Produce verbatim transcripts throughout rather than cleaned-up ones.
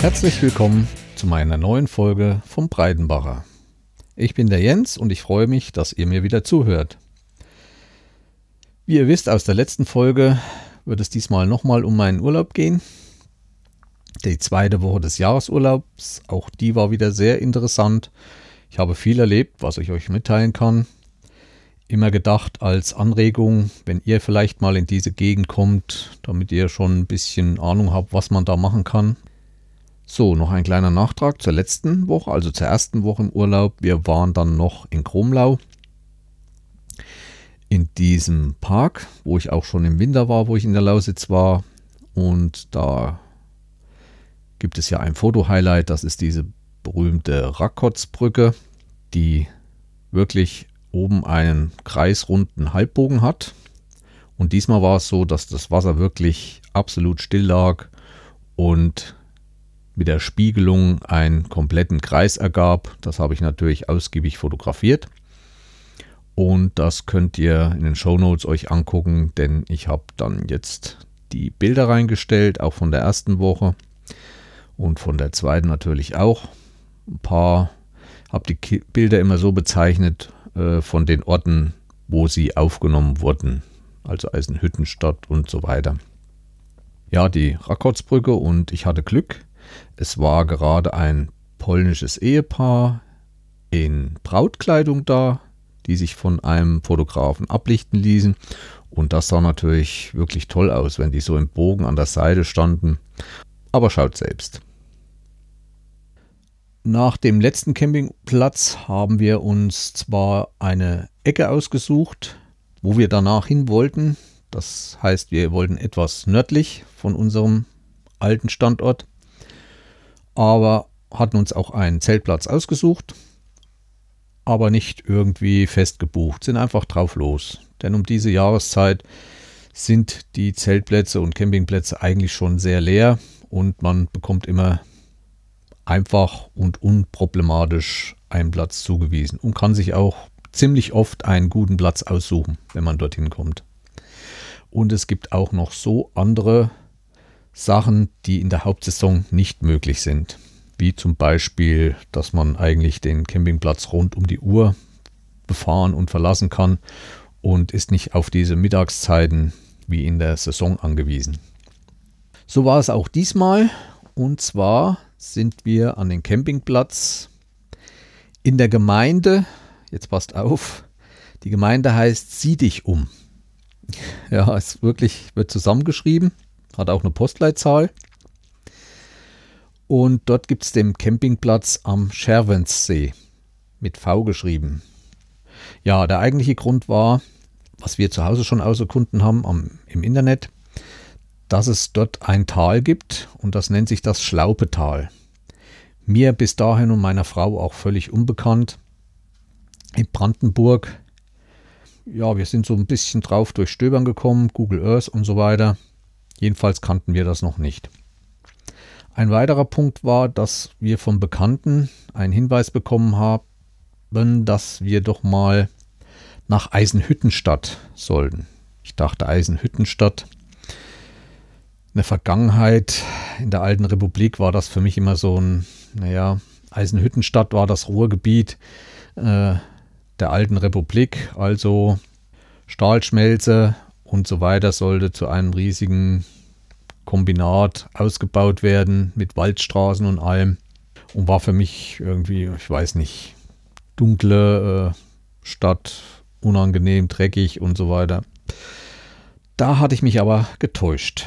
Herzlich willkommen zu meiner neuen Folge vom Breidenbacher. Ich bin der Jens und ich freue mich, dass ihr mir wieder zuhört. Wie ihr wisst aus der letzten Folge, wird es diesmal nochmal um meinen Urlaub gehen. Die zweite Woche des Jahresurlaubs, auch die war wieder sehr interessant. Ich habe viel erlebt, was ich euch mitteilen kann. Immer gedacht als Anregung, wenn ihr vielleicht mal in diese Gegend kommt, damit ihr schon ein bisschen Ahnung habt, was man da machen kann. So, noch ein kleiner Nachtrag zur letzten Woche, also zur ersten Woche im Urlaub. Wir waren dann noch in Kromlau, in diesem Park, wo ich auch schon im Winter war, wo ich in der Lausitz war. Und da gibt es ja ein Foto-Highlight, das ist diese berühmte Rakotsbrücke, die wirklich oben einen kreisrunden Halbbogen hat. Und diesmal war es so, dass das Wasser wirklich absolut still lag und mit der Spiegelung einen kompletten Kreis ergab. Das habe ich natürlich ausgiebig fotografiert. Und das könnt ihr in den Shownotes euch angucken, denn ich habe dann jetzt die Bilder reingestellt, auch von der ersten Woche und von der zweiten natürlich auch. Ein paar, habe die Bilder immer so bezeichnet äh, von den Orten, wo sie aufgenommen wurden, also Eisenhüttenstadt und so weiter. Ja, die Rakotsbrücke, und ich hatte Glück. Es war gerade ein polnisches Ehepaar in Brautkleidung da, die sich von einem Fotografen ablichten ließen. Und das sah natürlich wirklich toll aus, wenn die so im Bogen an der Seite standen. Aber schaut selbst. Nach dem letzten Campingplatz haben wir uns zwar eine Ecke ausgesucht, wo wir danach hin wollten. Das heißt, wir wollten etwas nördlich von unserem alten Standort, aber hatten uns auch einen Zeltplatz ausgesucht, aber nicht irgendwie fest gebucht, sind einfach drauf los. Denn um diese Jahreszeit sind die Zeltplätze und Campingplätze eigentlich schon sehr leer und man bekommt immer einfach und unproblematisch einen Platz zugewiesen und kann sich auch ziemlich oft einen guten Platz aussuchen, wenn man dorthin kommt. Und es gibt auch noch so andere Sachen, die in der Hauptsaison nicht möglich sind. Wie zum Beispiel, dass man eigentlich den Campingplatz rund um die Uhr befahren und verlassen kann und ist nicht auf diese Mittagszeiten wie in der Saison angewiesen. So war es auch diesmal, und zwar sind wir an den Campingplatz in der Gemeinde, jetzt passt auf, die Gemeinde heißt Sieh dich um. Ja, es wirklich wird zusammengeschrieben, hat auch eine Postleitzahl. Und dort gibt es den Campingplatz am Scherwenssee, mit V geschrieben. Ja, der eigentliche Grund war, was wir zu Hause schon auserkunden haben am, im Internet, dass es dort ein Tal gibt und das nennt sich das Schlaupetal. Mir bis dahin und meiner Frau auch völlig unbekannt. In Brandenburg, ja, wir sind so ein bisschen drauf durch Stöbern gekommen, Google Earth und so weiter. Jedenfalls kannten wir das noch nicht. Ein weiterer Punkt war, dass wir vom Bekannten einen Hinweis bekommen haben, dass wir doch mal nach Eisenhüttenstadt sollten. Ich dachte, Eisenhüttenstadt. In der Vergangenheit, in der alten Republik, war das für mich immer so ein, naja, Eisenhüttenstadt war das Ruhrgebiet äh, der alten Republik, also Stahlschmelze und so weiter sollte zu einem riesigen Kombinat ausgebaut werden mit Waldstraßen und allem, und war für mich irgendwie, ich weiß nicht, dunkle äh, Stadt, unangenehm, dreckig und so weiter. Da hatte ich mich aber getäuscht.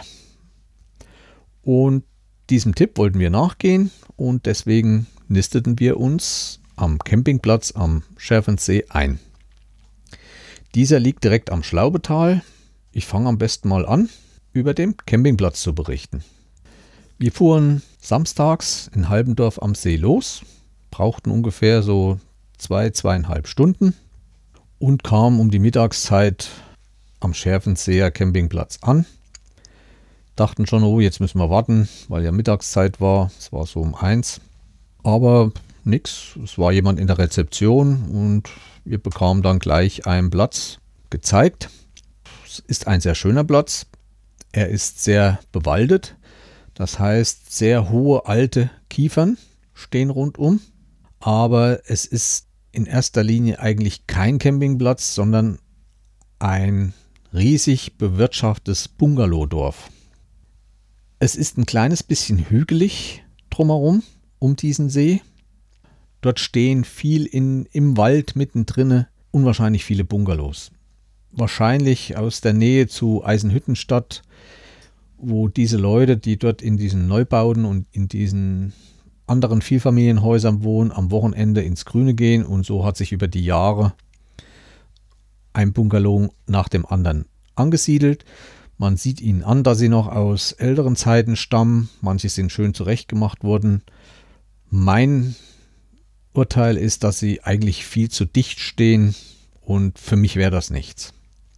Und diesem Tipp wollten wir nachgehen und deswegen nisteten wir uns am Campingplatz am Scherwenssee ein. Dieser liegt direkt am Schlaubetal. Ich fange am besten mal an, über den Campingplatz zu berichten. Wir fuhren samstags in Halbendorf am See los, brauchten ungefähr so zwei, zweieinhalb Stunden und kamen um die Mittagszeit am Scherwenseer Campingplatz an. Dachten schon, oh, jetzt müssen wir warten, weil ja Mittagszeit war. Es war so um eins. Aber nix, es war jemand in der Rezeption und wir bekamen dann gleich einen Platz gezeigt. Es ist ein sehr schöner Platz. Er ist sehr bewaldet. Das heißt, sehr hohe alte Kiefern stehen rundum. Aber es ist in erster Linie eigentlich kein Campingplatz, sondern ein riesig bewirtschaftetes Bungalowdorf. Es ist ein kleines bisschen hügelig drumherum, um diesen See. Dort stehen viel in, im Wald mittendrin unwahrscheinlich viele Bungalows. Wahrscheinlich aus der Nähe zu Eisenhüttenstadt, wo diese Leute, die dort in diesen Neubauten und in diesen anderen Vielfamilienhäusern wohnen, am Wochenende ins Grüne gehen, und so hat sich über die Jahre ein Bungalow nach dem anderen angesiedelt. Man sieht ihnen an, dass sie noch aus älteren Zeiten stammen. Manche sind schön zurechtgemacht worden. Mein Urteil ist, dass sie eigentlich viel zu dicht stehen, und für mich wäre das nichts.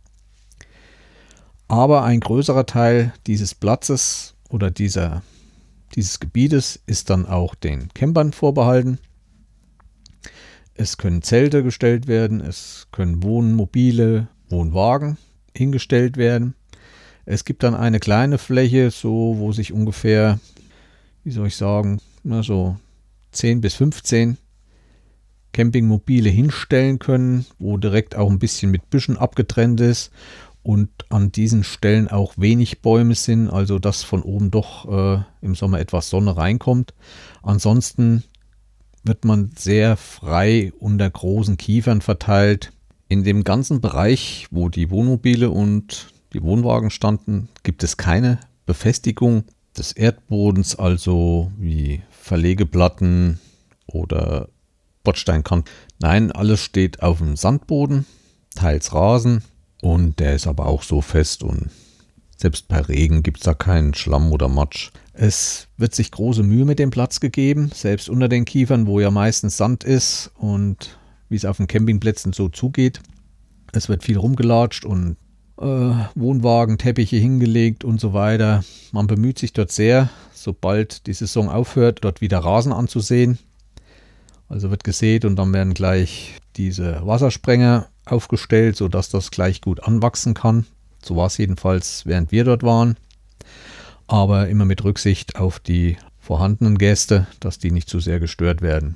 Aber ein größerer Teil dieses Platzes oder dieser, dieses Gebietes ist dann auch den Campern vorbehalten. Es können Zelte gestellt werden, es können Wohnmobile, Wohnwagen hingestellt werden. Es gibt dann eine kleine Fläche, so wo sich ungefähr, wie soll ich sagen, na so zehn bis fünfzehn Campingmobile hinstellen können, wo direkt auch ein bisschen mit Büschen abgetrennt ist und an diesen Stellen auch wenig Bäume sind, also dass von oben doch äh, im Sommer etwas Sonne reinkommt. Ansonsten wird man sehr frei unter großen Kiefern verteilt. In dem ganzen Bereich, wo die Wohnmobile und die Wohnwagen standen, gibt es keine Befestigung des Erdbodens, also wie Verlegeplatten oder Bordsteinkanten. Nein, alles steht auf dem Sandboden, teils Rasen, und der ist aber auch so fest, und selbst bei Regen gibt es da keinen Schlamm oder Matsch. Es wird sich große Mühe mit dem Platz gegeben, selbst unter den Kiefern, wo ja meistens Sand ist und wie es auf den Campingplätzen so zugeht. Es wird viel rumgelatscht und äh, Wohnwagen, Teppiche hingelegt und so weiter. Man bemüht sich dort sehr, sobald die Saison aufhört, dort wieder Rasen anzusehen. Also wird gesät und dann werden gleich diese Wassersprenger aufgestellt, sodass das gleich gut anwachsen kann. So war es jedenfalls, während wir dort waren. Aber immer mit Rücksicht auf die vorhandenen Gäste, dass die nicht zu sehr gestört werden.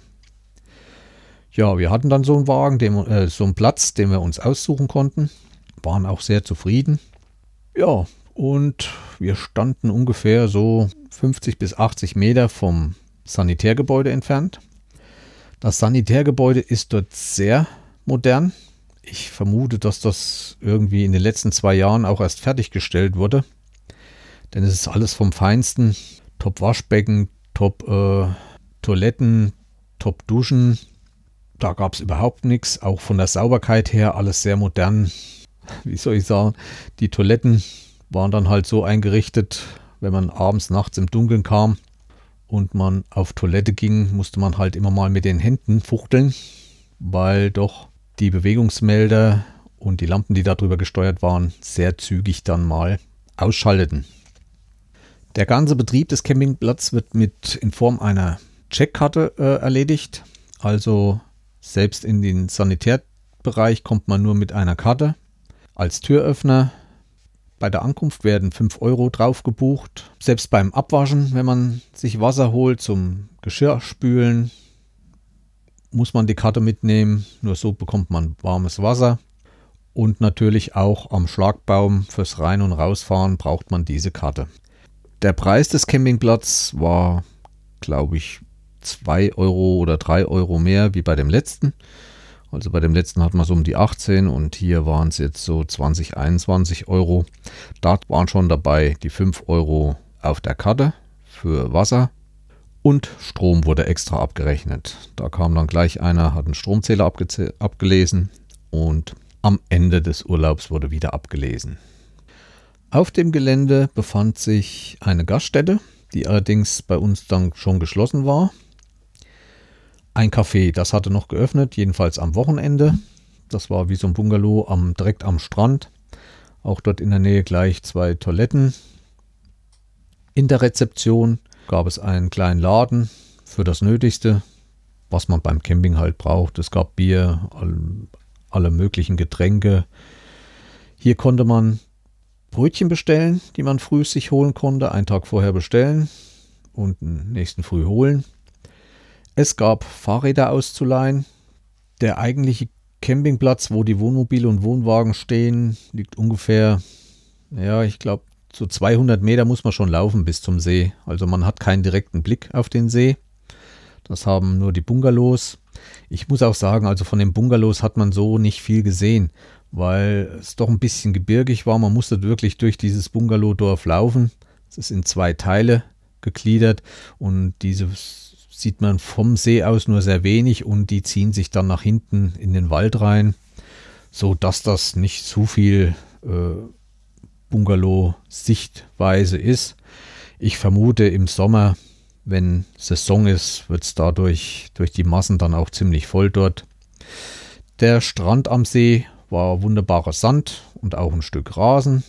Ja, wir hatten dann so einen Wagen, den, äh, so einen Platz, den wir uns aussuchen konnten. Waren auch sehr zufrieden. Ja, und wir standen ungefähr so fünfzig bis achtzig Meter vom Sanitärgebäude entfernt. Das Sanitärgebäude ist dort sehr modern. Ich vermute, dass das irgendwie in den letzten zwei Jahren auch erst fertiggestellt wurde. Denn es ist alles vom Feinsten. Top Waschbecken, Top äh, Toiletten, Top Duschen. Da gab es überhaupt nichts. Auch von der Sauberkeit her alles sehr modern. Wie soll ich sagen? Die Toiletten waren dann halt so eingerichtet, wenn man abends, nachts im Dunkeln kam und man auf Toilette ging, musste man halt immer mal mit den Händen fuchteln, weil doch die Bewegungsmelder und die Lampen, die darüber gesteuert waren, sehr zügig dann mal ausschalteten. Der ganze Betrieb des Campingplatzes wird mit in Form einer Checkkarte äh, erledigt. Also selbst in den Sanitärbereich kommt man nur mit einer Karte. Als Türöffner bei der Ankunft werden fünf Euro drauf gebucht. Selbst beim Abwaschen, wenn man sich Wasser holt zum Geschirrspülen, muss man die Karte mitnehmen. Nur so bekommt man warmes Wasser. Und natürlich auch am Schlagbaum fürs Rein- und Rausfahren braucht man diese Karte. Der Preis des Campingplatzes war, glaube ich, zwei Euro oder drei Euro mehr wie bei dem letzten. Also bei dem letzten hatten wir so um die achtzehn und hier waren es jetzt so zwanzig, einundzwanzig Euro. Da waren schon dabei die fünf Euro auf der Karte für Wasser und Strom wurde extra abgerechnet. Da kam dann gleich einer, hat einen Stromzähler abge- abgelesen und am Ende des Urlaubs wurde wieder abgelesen. Auf dem Gelände befand sich eine Gaststätte, die allerdings bei uns dann schon geschlossen war. Ein Café, das hatte noch geöffnet, jedenfalls am Wochenende. Das war wie so ein Bungalow am, direkt am Strand. Auch dort in der Nähe gleich zwei Toiletten. In der Rezeption gab es einen kleinen Laden für das Nötigste, was man beim Camping halt braucht. Es gab Bier, alle, alle möglichen Getränke. Hier konnte man Brötchen bestellen, die man früh sich holen konnte, einen Tag vorher bestellen und den nächsten früh holen. Es gab Fahrräder auszuleihen. Der eigentliche Campingplatz, wo die Wohnmobile und Wohnwagen stehen, liegt ungefähr, ja, ich glaube, so zweihundert Meter muss man schon laufen bis zum See. Also man hat keinen direkten Blick auf den See. Das haben nur die Bungalows. Ich muss auch sagen, also von den Bungalows hat man so nicht viel gesehen, weil es doch ein bisschen gebirgig war. Man musste wirklich durch dieses Bungalowdorf laufen. Es ist in zwei Teile gegliedert und diese sieht man vom See aus nur sehr wenig und die ziehen sich dann nach hinten in den Wald rein, so dass das nicht zu viel äh, Bungalow-Sichtweise ist. Ich vermute, im Sommer, wenn Saison ist, wird es dadurch durch die Massen dann auch ziemlich voll dort. Der Strand am See war wunderbarer Sand und auch ein Stück Rasen.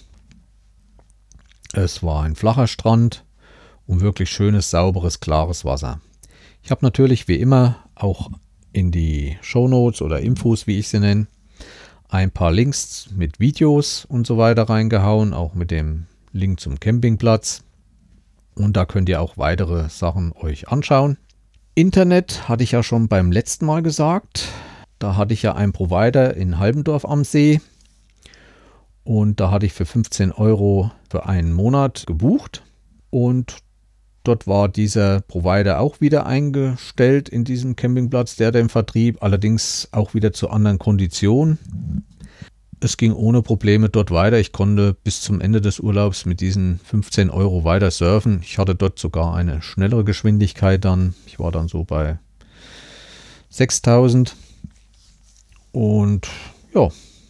Es war ein flacher Strand und wirklich schönes, sauberes, klares Wasser. Ich habe natürlich wie immer auch in die Shownotes oder Infos, wie ich sie nenne, ein paar Links mit Videos und so weiter reingehauen, auch mit dem Link zum Campingplatz. Und da könnt ihr auch weitere Sachen euch anschauen. Internet hatte ich ja schon beim letzten Mal gesagt. Da hatte ich ja einen Provider in Halbendorf am See. Und da hatte ich für fünfzehn Euro für einen Monat gebucht. Und dort war dieser Provider auch wieder eingestellt in diesem Campingplatz, der den Vertrieb, allerdings auch wieder zu anderen Konditionen. Es ging ohne Probleme dort weiter. Ich konnte bis zum Ende des Urlaubs mit diesen fünfzehn Euro weiter surfen. Ich hatte dort sogar eine schnellere Geschwindigkeit dann. Ich war dann so bei sechstausend. Und ja,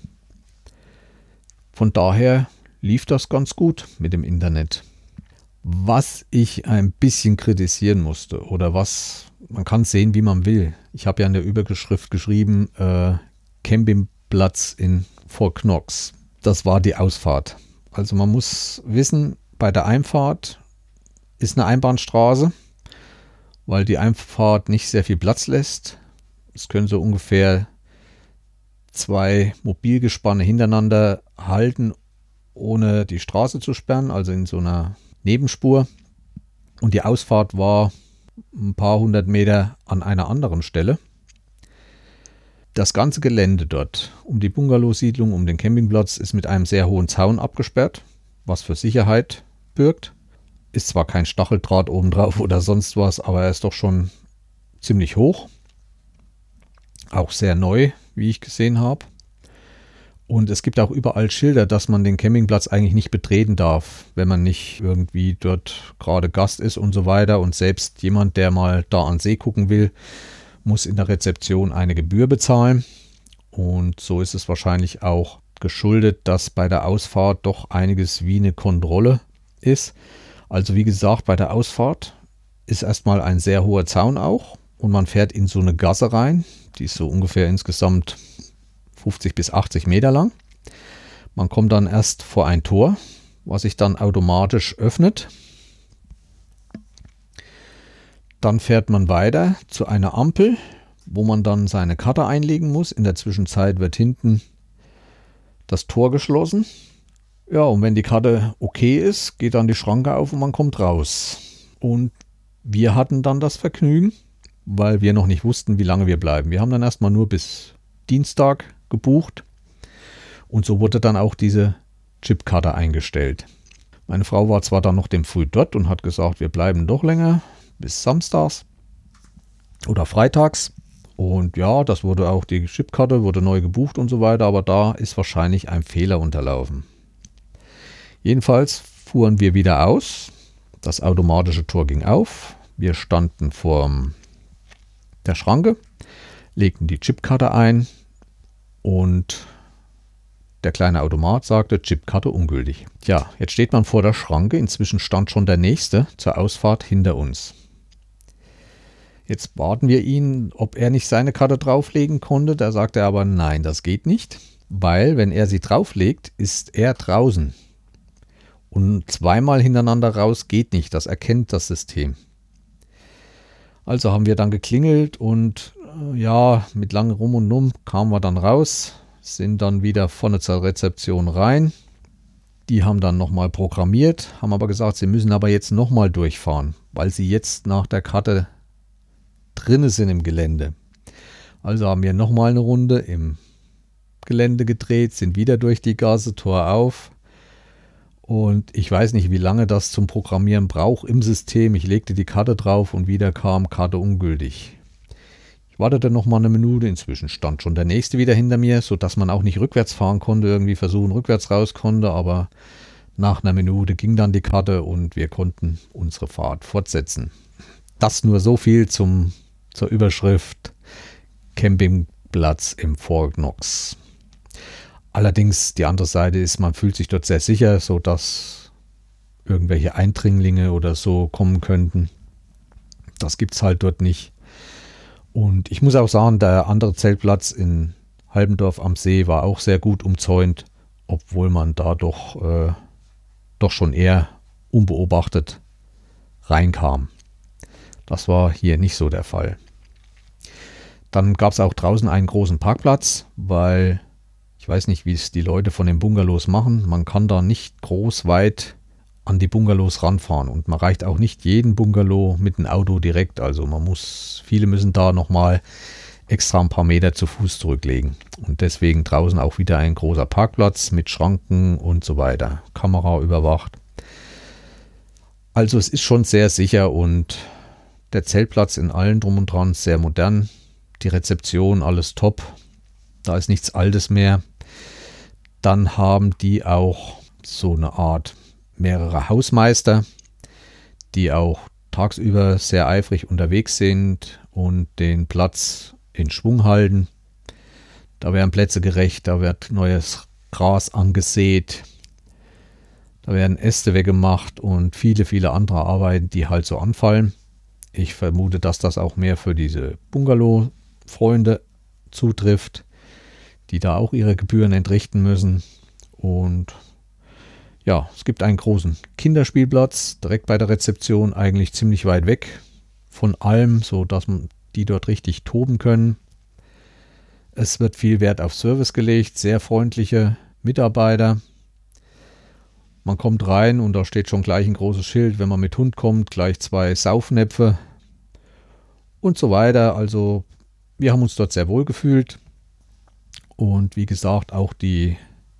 von daher lief das ganz gut mit dem Internet. Was ich ein bisschen kritisieren musste oder was, man kann sehen, wie man will. Ich habe ja in der Überschrift geschrieben, äh, Campingplatz in Fort Knox. Das war die Ausfahrt. Also man muss wissen, bei der Einfahrt ist eine Einbahnstraße, weil die Einfahrt nicht sehr viel Platz lässt. Es können so ungefähr zwei Mobilgespanne hintereinander halten, ohne die Straße zu sperren, also in so einer Nebenspur. Und die Ausfahrt war ein paar hundert Meter an einer anderen Stelle. Das ganze Gelände dort um die Bungalowsiedlung, um den Campingplatz ist mit einem sehr hohen Zaun abgesperrt, was für Sicherheit birgt. Ist zwar kein Stacheldraht obendrauf oder sonst was, aber er ist doch schon ziemlich hoch. Auch sehr neu, wie ich gesehen habe. Und es gibt auch überall Schilder, dass man den Campingplatz eigentlich nicht betreten darf, wenn man nicht irgendwie dort gerade Gast ist und so weiter. Und selbst jemand, der mal da an See gucken will, muss in der Rezeption eine Gebühr bezahlen. Und so ist es wahrscheinlich auch geschuldet, dass bei der Ausfahrt doch einiges wie eine Kontrolle ist. Also wie gesagt, bei der Ausfahrt ist erstmal ein sehr hoher Zaun auch und man fährt in so eine Gasse rein, die ist so ungefähr insgesamt fünfzig bis achtzig Meter lang. Man kommt dann erst vor ein Tor, was sich dann automatisch öffnet. Dann fährt man weiter zu einer Ampel, wo man dann seine Karte einlegen muss. In der Zwischenzeit wird hinten das Tor geschlossen. Ja, und wenn die Karte okay ist, geht dann die Schranke auf und man kommt raus. Und wir hatten dann das Vergnügen, weil wir noch nicht wussten, wie lange wir bleiben. Wir haben dann erstmal nur bis Dienstag gebucht und so wurde dann auch diese Chipkarte eingestellt. Meine Frau war zwar dann noch dem früh dort und hat gesagt, wir bleiben doch länger bis samstags oder freitags. Und ja, das wurde auch, die Chipkarte wurde neu gebucht und so weiter, aber da ist wahrscheinlich ein Fehler unterlaufen. Jedenfalls fuhren wir wieder aus. Das automatische Tor ging auf. Wir standen vor der Schranke, legten die Chipkarte ein und der kleine Automat sagte, Chipkarte ungültig. Tja, jetzt steht man vor der Schranke. Inzwischen stand schon der nächste zur Ausfahrt hinter uns. Jetzt baten wir ihn, ob er nicht seine Karte drauflegen konnte. Da sagte er aber, nein, das geht nicht, weil wenn er sie drauflegt, ist er draußen. Und zweimal hintereinander raus geht nicht, das erkennt das System. Also haben wir dann geklingelt und äh, ja, mit langem Rum und Numm kamen wir dann raus, sind dann wieder vorne zur Rezeption rein. Die haben dann nochmal programmiert, haben aber gesagt, sie müssen aber jetzt nochmal durchfahren, weil sie jetzt nach der Karte drinne sind im Gelände. Also haben wir nochmal eine Runde im Gelände gedreht, sind wieder durch die Gasse, Tor auf. Und ich weiß nicht, wie lange das zum Programmieren braucht im System. Ich legte die Karte drauf und wieder kam Karte ungültig. Ich wartete nochmal eine Minute, inzwischen stand schon der nächste wieder hinter mir, sodass man auch nicht rückwärts fahren konnte, irgendwie versuchen rückwärts raus konnte, aber nach einer Minute ging dann die Karte und wir konnten unsere Fahrt fortsetzen. Das nur so viel zum, zur Überschrift Campingplatz im Fort Knox. Allerdings die andere Seite ist, man fühlt sich dort sehr sicher, sodass irgendwelche Eindringlinge oder so kommen könnten. Das gibt es halt dort nicht. Und ich muss auch sagen, der andere Zeltplatz in Halbendorf am See war auch sehr gut umzäunt, obwohl man da doch, äh, doch schon eher unbeobachtet reinkam. Das war hier nicht so der Fall. Dann gab es auch draußen einen großen Parkplatz, weil ich weiß nicht, wie es die Leute von den Bungalows machen. Man kann da nicht groß weit an die Bungalows ranfahren und man erreicht auch nicht jeden Bungalow mit dem Auto direkt. Also man muss, viele müssen da nochmal extra ein paar Meter zu Fuß zurücklegen. Und deswegen draußen auch wieder ein großer Parkplatz mit Schranken und so weiter. Kamera überwacht. Also es ist schon sehr sicher und der Zeltplatz in allen drum und dran sehr modern. Die Rezeption, alles top. Da ist nichts Altes mehr. Dann haben die auch so eine Art mehrere Hausmeister, die auch tagsüber sehr eifrig unterwegs sind und den Platz in Schwung halten. Da werden Plätze gerecht, da wird neues Gras angesät, da werden Äste weggemacht und viele, viele andere Arbeiten, die halt so anfallen. Ich vermute, dass das auch mehr für diese Bungalow-Freunde zutrifft, die da auch ihre Gebühren entrichten müssen. Und ja, es gibt einen großen Kinderspielplatz direkt bei der Rezeption, eigentlich ziemlich weit weg von allem, so dass man die dort richtig toben können. Es wird viel Wert auf Service gelegt, sehr freundliche Mitarbeiter. Man kommt rein und da steht schon gleich ein großes Schild, wenn man mit Hund kommt, gleich zwei Saufnäpfe und so weiter. Also wir haben uns dort sehr wohl gefühlt. Und wie gesagt, auch die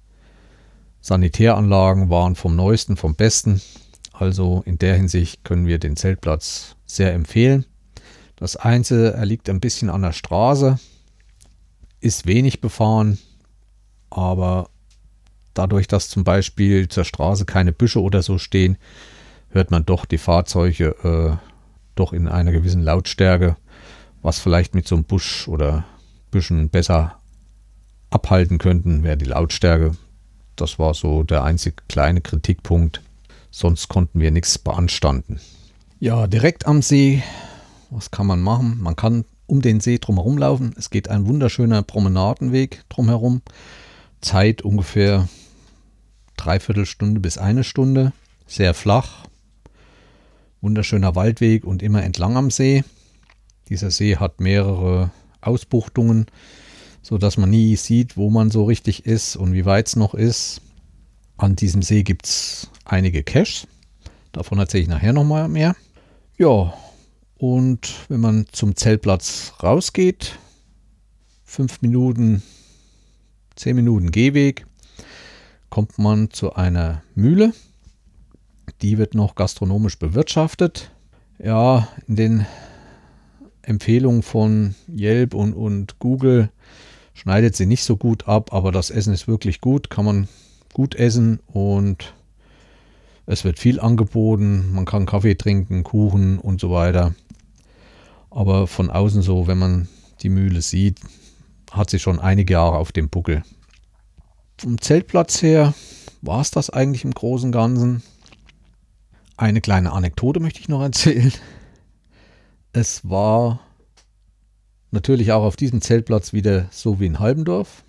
Sanitäranlagen waren vom Neuesten, vom Besten. Also in der Hinsicht können wir den Zeltplatz sehr empfehlen. Das Einzige, er liegt ein bisschen an der Straße, ist wenig befahren, aber dadurch, dass zum Beispiel zur Straße keine Büsche oder so stehen, hört man doch die Fahrzeuge äh, doch in einer gewissen Lautstärke, was vielleicht mit so einem Busch oder Büschen besser abhalten könnten, wäre die Lautstärke. Das war so der einzige kleine Kritikpunkt. Sonst konnten wir nichts beanstanden. Ja, direkt am See, was kann man machen? Man kann um den See drumherum laufen. Es geht ein wunderschöner Promenadenweg drumherum. Zeit ungefähr dreiviertel Stunde bis eine Stunde. Sehr flach. Wunderschöner Waldweg und immer entlang am See. Dieser See hat mehrere Ausbuchtungen, sodass man nie sieht, wo man so richtig ist und wie weit es noch ist. An diesem See gibt es einige Caches. Davon erzähle ich nachher nochmal mehr. Ja, und wenn man zum Zeltplatz rausgeht, fünf Minuten, zehn Minuten Gehweg, kommt man zu einer Mühle. Die wird noch gastronomisch bewirtschaftet. Ja, in den Empfehlungen von Yelp und, und Google schneidet sie nicht so gut ab, aber das Essen ist wirklich gut, kann man gut essen und es wird viel angeboten, man kann Kaffee trinken, Kuchen und so weiter. Aber von außen so, wenn man die Mühle sieht, hat sie schon einige Jahre auf dem Buckel. Vom Zeltplatz her war es das eigentlich im Großen und Ganzen. Eine kleine Anekdote möchte ich noch erzählen. Es war natürlich auch auf diesem Zeltplatz wieder so wie in Halbendorf.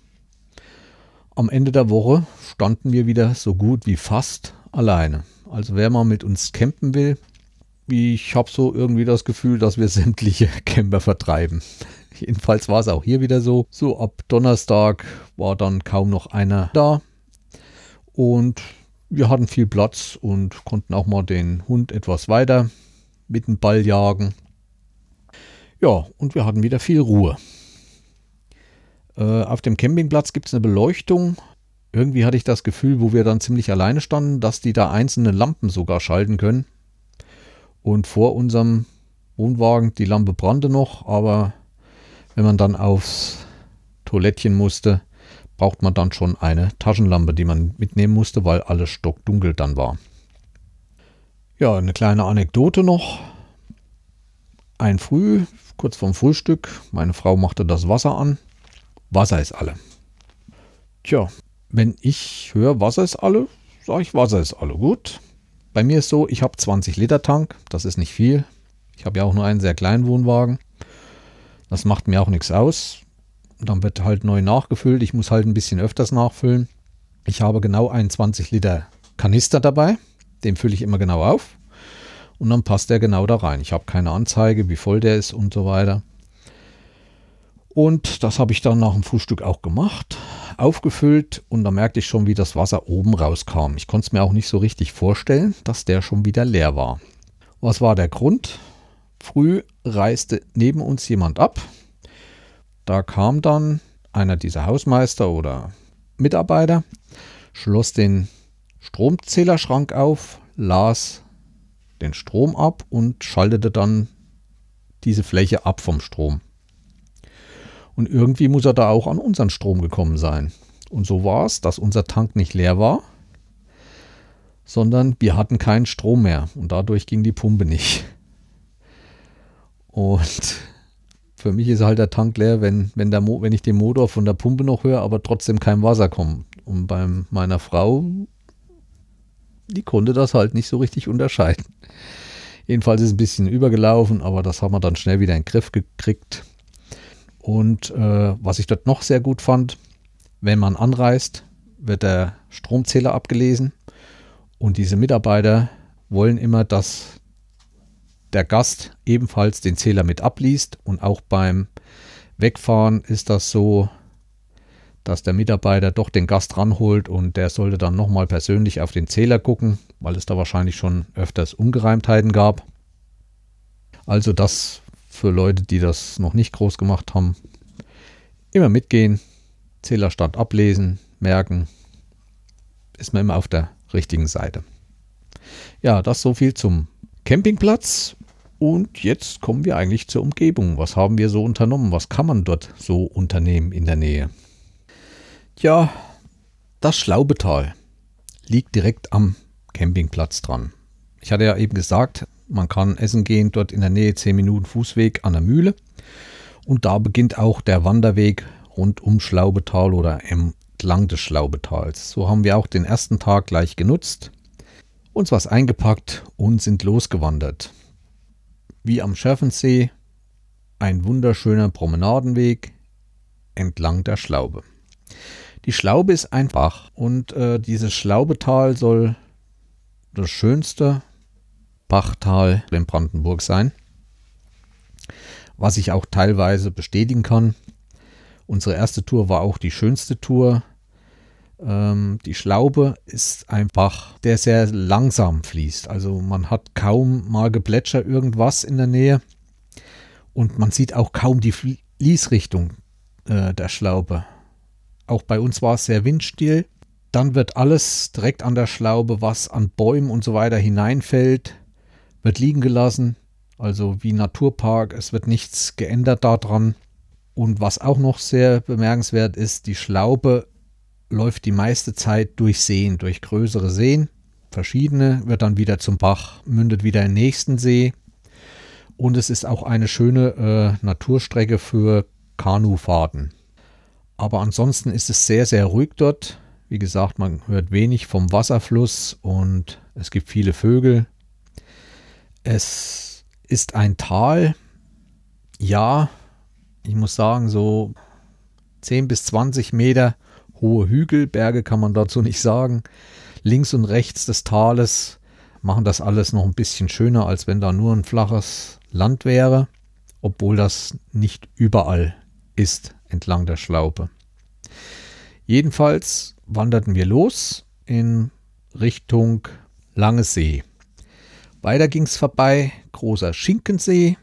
Am Ende der Woche standen wir wieder so gut wie fast alleine. Also wer mal mit uns campen will, ich habe so irgendwie das Gefühl, dass wir sämtliche Camper vertreiben. Jedenfalls war es auch hier wieder so. So ab Donnerstag war dann kaum noch einer da. Und wir hatten viel Platz und konnten auch mal den Hund etwas weiter mit dem Ball jagen. Ja, und wir hatten wieder viel Ruhe. Äh, auf dem Campingplatz gibt es eine Beleuchtung. Irgendwie hatte ich das Gefühl, wo wir dann ziemlich alleine standen, dass die da einzelne Lampen sogar schalten können. Und vor unserem Wohnwagen, die Lampe brannte noch, aber wenn man dann aufs Toilettchen musste, braucht man dann schon eine Taschenlampe, die man mitnehmen musste, weil alles stockdunkel dann war. Ja, eine kleine Anekdote noch. Ein Früh, kurz vorm Frühstück, meine Frau machte das Wasser an. Wasser ist alle. Tja, wenn ich höre, Wasser ist alle, sage ich, Wasser ist alle. Gut. Bei mir ist so, ich habe zwanzig Liter Tank, das ist nicht viel. Ich habe ja auch nur einen sehr kleinen Wohnwagen. Das macht mir auch nichts aus. Dann wird halt neu nachgefüllt. Ich muss halt ein bisschen öfters nachfüllen. Ich habe genau einen zwanzig Liter Kanister dabei. Den fülle ich immer genau auf. Und dann passt der genau da rein. Ich habe keine Anzeige, wie voll der ist und so weiter. Und das habe ich dann nach dem Frühstück auch gemacht. Aufgefüllt und da merkte ich schon, wie das Wasser oben rauskam. Ich konnte es mir auch nicht so richtig vorstellen, dass der schon wieder leer war. Was war der Grund? Früh reiste neben uns jemand ab. Da kam dann einer dieser Hausmeister oder Mitarbeiter, schloss den Stromzählerschrank auf, las den Strom ab und schaltete dann diese Fläche ab vom Strom. Und irgendwie muss er da auch an unseren Strom gekommen sein. Und so war es, dass unser Tank nicht leer war, sondern wir hatten keinen Strom mehr und dadurch ging die Pumpe nicht. Und für mich ist halt der Tank leer, wenn, wenn, der Mo- wenn ich den Motor von der Pumpe noch höre, aber trotzdem kein Wasser kommt. Und bei meiner Frau, die konnte das halt nicht so richtig unterscheiden. Jedenfalls ist es ein bisschen übergelaufen, aber das haben wir dann schnell wieder in den Griff gekriegt. Und äh, was ich dort noch sehr gut fand, wenn man anreist, wird der Stromzähler abgelesen. Und diese Mitarbeiter wollen immer, dass der Gast ebenfalls den Zähler mit abliest. Und auch beim Wegfahren ist das so, dass der Mitarbeiter doch den Gast ranholt und der sollte dann nochmal persönlich auf den Zähler gucken, weil es da wahrscheinlich schon öfters Ungereimtheiten gab. Also das für Leute, die das noch nicht groß gemacht haben, immer mitgehen, Zählerstand ablesen, merken, ist man immer auf der richtigen Seite. Ja, das so viel zum Campingplatz. Und jetzt kommen wir eigentlich zur Umgebung. Was haben wir so unternommen? Was kann man dort so unternehmen in der Nähe? Tja, das Schlaubetal liegt direkt am Campingplatz dran. Ich hatte ja eben gesagt, man kann essen gehen, dort in der Nähe zehn Minuten Fußweg an der Mühle. Und da beginnt auch der Wanderweg rund um Schlaubetal oder entlang des Schlaubetals. So haben wir auch den ersten Tag gleich genutzt, uns was eingepackt und sind losgewandert. Wie am Schärfensee ein wunderschöner Promenadenweg entlang der Schlaube. Die Schlaube ist ein Bach und äh, dieses Schlaubetal soll das schönste Bachtal in Brandenburg sein, was ich auch teilweise bestätigen kann. Unsere erste Tour war auch die schönste Tour. Ähm, die Schlaube ist ein Bach, der sehr langsam fließt. Also man hat kaum mal Geplätscher irgendwas in der Nähe und man sieht auch kaum die Fließrichtung äh, der Schlaube. Auch bei uns war es sehr windstill. Dann wird alles direkt an der Schlaube, was an Bäumen und so weiter hineinfällt, wird liegen gelassen. Also wie Naturpark, es wird nichts geändert daran. Und was auch noch sehr bemerkenswert ist, die Schlaube läuft die meiste Zeit durch Seen, durch größere Seen. Verschiedene, wird dann wieder zum Bach, mündet wieder in den nächsten See. Und es ist auch eine schöne äh, Naturstrecke für Kanufahrten. Aber ansonsten ist es sehr, sehr ruhig dort. Wie gesagt, man hört wenig vom Wasserfluss und es gibt viele Vögel. Es ist ein Tal. Ja, ich muss sagen, so zehn bis zwanzig Meter hohe Hügel, Berge kann man dazu nicht sagen. Links und rechts des Tales machen das alles noch ein bisschen schöner, als wenn da nur ein flaches Land wäre, obwohl das nicht überall ist entlang der Schlaube. Jedenfalls wanderten wir los in Richtung Lange See. Weiter ging es vorbei, großer Schinkensee,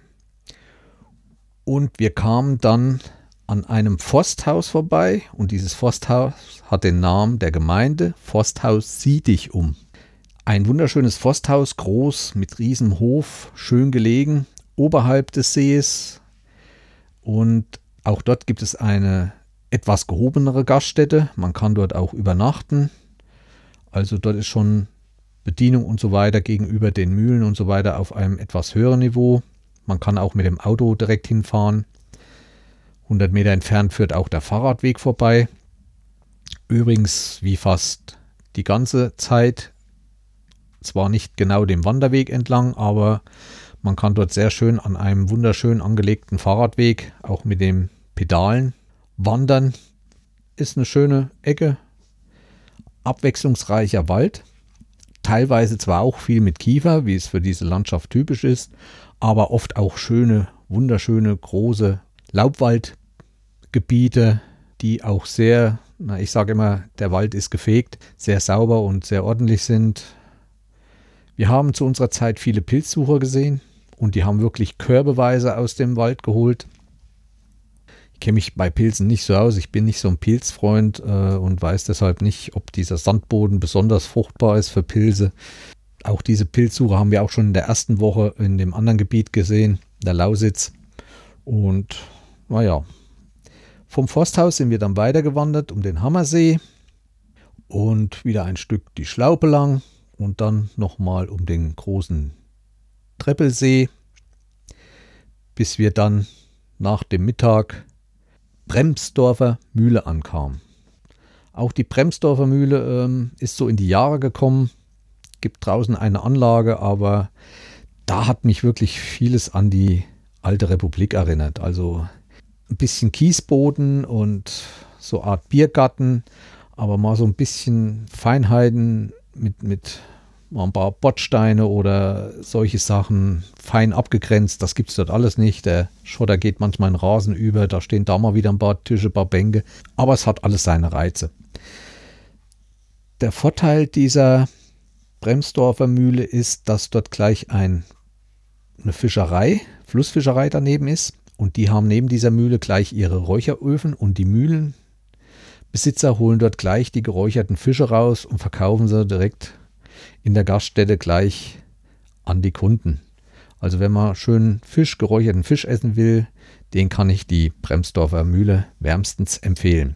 und wir kamen dann an einem Forsthaus vorbei, und dieses Forsthaus hat den Namen der Gemeinde Forsthaus Sieh dich um. Ein wunderschönes Forsthaus, groß, mit riesem Hof, schön gelegen, oberhalb des Sees, und auch dort gibt es eine etwas gehobenere Gaststätte. Man kann dort auch übernachten, also dort ist schon Bedienung und so weiter gegenüber den Mühlen und so weiter auf einem etwas höheren Niveau. Man kann auch mit dem Auto direkt hinfahren. hundert Meter entfernt führt auch der Fahrradweg vorbei. Übrigens wie fast die ganze Zeit, zwar nicht genau dem Wanderweg entlang, aber man kann dort sehr schön an einem wunderschön angelegten Fahrradweg, auch mit den Pedalen, wandern. Ist eine schöne Ecke, abwechslungsreicher Wald. Teilweise zwar auch viel mit Kiefer, wie es für diese Landschaft typisch ist, aber oft auch schöne, wunderschöne, große Laubwaldgebiete, die auch sehr, na, ich sage immer, der Wald ist gefegt, sehr sauber und sehr ordentlich sind. Wir haben zu unserer Zeit viele Pilzsucher gesehen und die haben wirklich körbeweise aus dem Wald geholt. Ich kenne mich bei Pilzen nicht so aus, ich bin nicht so ein Pilzfreund äh, und weiß deshalb nicht, ob dieser Sandboden besonders fruchtbar ist für Pilze. Auch diese Pilzsuche haben wir auch schon in der ersten Woche in dem anderen Gebiet gesehen, der Lausitz. Und naja, vom Forsthaus sind wir dann weitergewandert um den Hammersee und wieder ein Stück die Schlaupe lang und dann nochmal um den großen Treppelsee, bis wir dann nach dem Mittag Bremsdorfer Mühle ankam. Auch die Bremsdorfer Mühle ähm, ist so in die Jahre gekommen, gibt draußen eine Anlage, aber da hat mich wirklich vieles an die alte Republik erinnert. Also ein bisschen Kiesboden und so eine Art Biergarten, aber mal so ein bisschen Feinheiten mit, mit mal ein paar Bordsteine oder solche Sachen fein abgegrenzt, das gibt es dort alles nicht. Der Schotter geht manchmal in Rasen über, da stehen da mal wieder ein paar Tische, ein paar Bänke, aber es hat alles seine Reize. Der Vorteil dieser Bremsdorfer Mühle ist, dass dort gleich ein, eine Fischerei, Flussfischerei daneben ist, und die haben neben dieser Mühle gleich ihre Räucheröfen, und die Mühlenbesitzer holen dort gleich die geräucherten Fische raus und verkaufen sie direkt in der Gaststätte gleich an die Kunden. Also wenn man schön Fisch, geräucherten Fisch essen will, den kann ich die Bremsdorfer Mühle wärmstens empfehlen.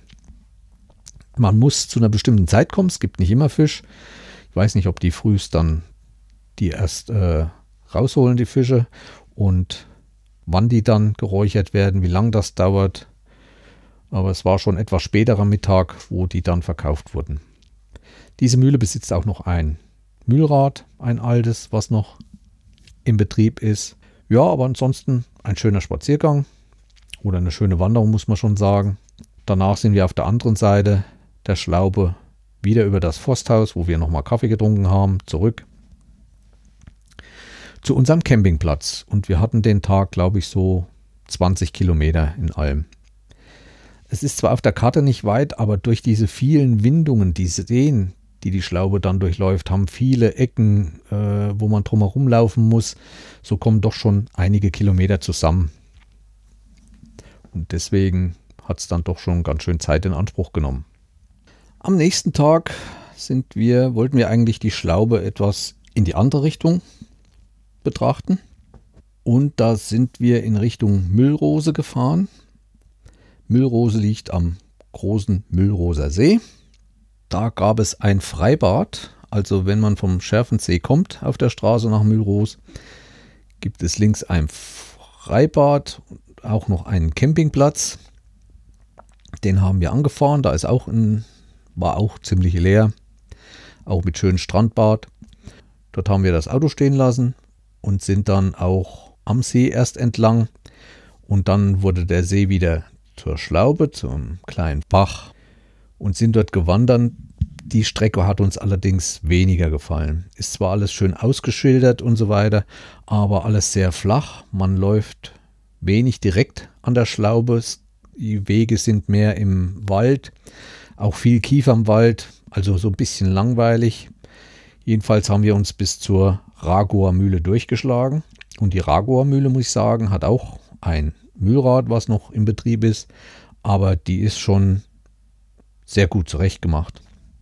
Man muss zu einer bestimmten Zeit kommen, es gibt nicht immer Fisch. Ich weiß nicht, ob die frühst dann die erst äh, rausholen, die Fische, und wann die dann geräuchert werden, wie lange das dauert. Aber es war schon etwas späterer Mittag, wo die dann verkauft wurden. Diese Mühle besitzt auch noch ein Mühlrad, ein altes, was noch im Betrieb ist. Ja, aber ansonsten ein schöner Spaziergang oder eine schöne Wanderung, muss man schon sagen. Danach sind wir auf der anderen Seite der Schlaupe wieder über das Forsthaus, wo wir nochmal Kaffee getrunken haben, zurück zu unserem Campingplatz. Und wir hatten den Tag, glaube ich, so zwanzig Kilometer in allem. Es ist zwar auf der Karte nicht weit, aber durch diese vielen Windungen, die Seen, die die Schlaupe dann durchläuft, haben viele Ecken, äh, wo man drumherum laufen muss. So kommen doch schon einige Kilometer zusammen. Und deswegen hat es dann doch schon ganz schön Zeit in Anspruch genommen. Am nächsten Tag sind wir, wollten wir eigentlich die Schlaupe etwas in die andere Richtung betrachten. Und da sind wir in Richtung Müllrose gefahren. Müllrose liegt am großen Müllroser See. Da gab es ein Freibad, also wenn man vom Schärfensee kommt auf der Straße nach Müllrose, gibt es links ein Freibad, auch noch einen Campingplatz. Den haben wir angefahren, da ist auch ein, war auch ziemlich leer, auch mit schönem Strandbad. Dort haben wir das Auto stehen lassen und sind dann auch am See erst entlang, und dann wurde der See wieder zur Schlaupe, zum kleinen Bach, und sind dort gewandert. Die Strecke hat uns allerdings weniger gefallen. Ist zwar alles schön ausgeschildert und so weiter, aber alles sehr flach. Man läuft wenig direkt an der Schlaupe. Die Wege sind mehr im Wald, auch viel Kiefer im Wald, also so ein bisschen langweilig. Jedenfalls haben wir uns bis zur Ragower Mühle durchgeschlagen. Und die Ragower Mühle, muss ich sagen, hat auch ein Mühlrad, was noch in Betrieb ist. Aber die ist schon sehr gut zurechtgemacht.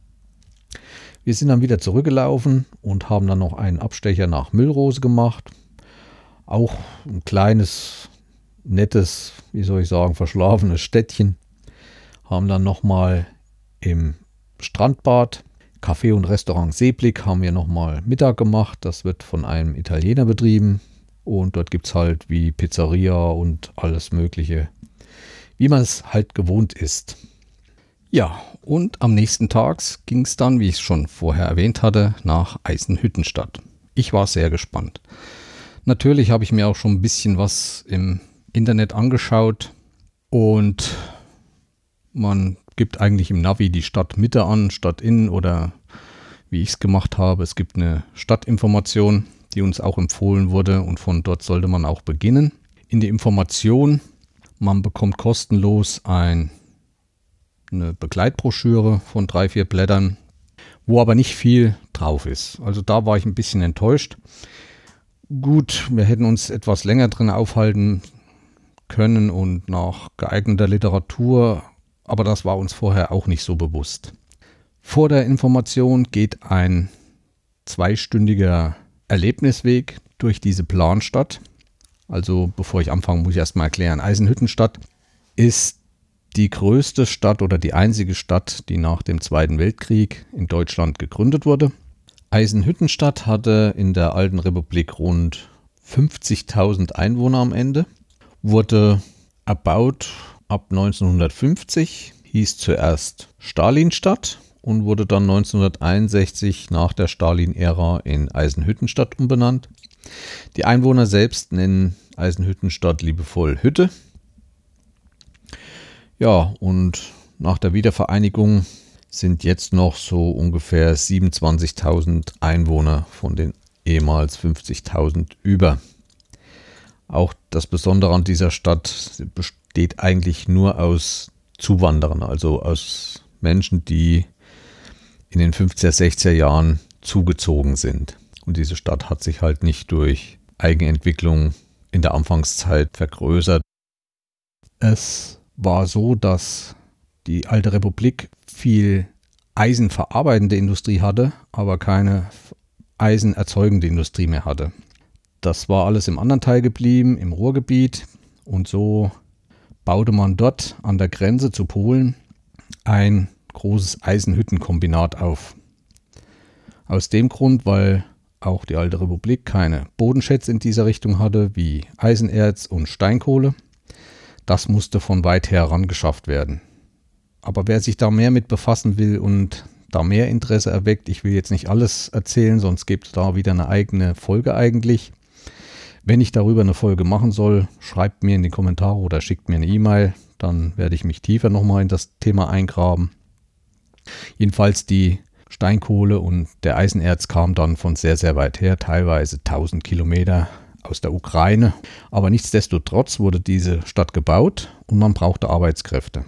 Wir sind dann wieder zurückgelaufen und haben dann noch einen Abstecher nach Müllrose gemacht. Auch ein kleines, nettes, wie soll ich sagen, verschlafenes Städtchen. Haben dann nochmal im Strandbad, Café und Restaurant Seeblick, haben wir nochmal Mittag gemacht. Das wird von einem Italiener betrieben. Und dort gibt es halt wie Pizzeria und alles Mögliche, wie man es halt gewohnt ist. Ja, und am nächsten Tag ging es dann, wie ich es schon vorher erwähnt hatte, nach Eisenhüttenstadt. Ich war sehr gespannt. Natürlich habe ich mir auch schon ein bisschen was im Internet angeschaut und man gibt eigentlich im Navi die Stadtmitte an, Stadtinnen oder wie ich es gemacht habe. Es gibt eine Stadtinformation, die uns auch empfohlen wurde und von dort sollte man auch beginnen. In der Information, man bekommt kostenlos ein eine Begleitbroschüre von drei, vier Blättern, wo aber nicht viel drauf ist. Also da war ich ein bisschen enttäuscht. Gut, wir hätten uns etwas länger drin aufhalten können und nach geeigneter Literatur, aber das war uns vorher auch nicht so bewusst. Vor der Information geht ein zweistündiger Erlebnisweg durch diese Planstadt. Also bevor ich anfange, muss ich erstmal erklären, Eisenhüttenstadt ist die größte Stadt oder die einzige Stadt, die nach dem Zweiten Weltkrieg in Deutschland gegründet wurde. Eisenhüttenstadt hatte in der alten Republik rund fünfzigtausend Einwohner am Ende, wurde erbaut ab neunzehnhundertfünfzig, hieß zuerst Stalinstadt und wurde dann neunzehnhunderteinundsechzig nach der Stalin-Ära in Eisenhüttenstadt umbenannt. Die Einwohner selbst nennen Eisenhüttenstadt liebevoll Hütte. Ja, und nach der Wiedervereinigung sind jetzt noch so ungefähr siebenundzwanzigtausend Einwohner von den ehemals fünfzigtausend über. Auch das Besondere an dieser Stadt besteht eigentlich nur aus Zuwanderern, also aus Menschen, die in den fünfziger, sechziger Jahren zugezogen sind. Und diese Stadt hat sich halt nicht durch Eigenentwicklung in der Anfangszeit vergrößert. Es war so, dass die alte Republik viel eisenverarbeitende Industrie hatte, aber keine eisenerzeugende Industrie mehr hatte. Das war alles im anderen Teil geblieben, im Ruhrgebiet, und so baute man dort an der Grenze zu Polen ein großes Eisenhüttenkombinat auf. Aus dem Grund, weil auch die alte Republik keine Bodenschätze in dieser Richtung hatte, wie Eisenerz und Steinkohle. Das musste von weit her herangeschafft werden. Aber wer sich da mehr mit befassen will und da mehr Interesse erweckt, ich will jetzt nicht alles erzählen, sonst gibt es da wieder eine eigene Folge eigentlich. Wenn ich darüber eine Folge machen soll, schreibt mir in die Kommentare oder schickt mir eine E-Mail, dann werde ich mich tiefer nochmal in das Thema eingraben. Jedenfalls die Steinkohle und der Eisenerz kam dann von sehr, sehr weit her, teilweise tausend Kilometer aus der Ukraine. Aber nichtsdestotrotz wurde diese Stadt gebaut und man brauchte Arbeitskräfte.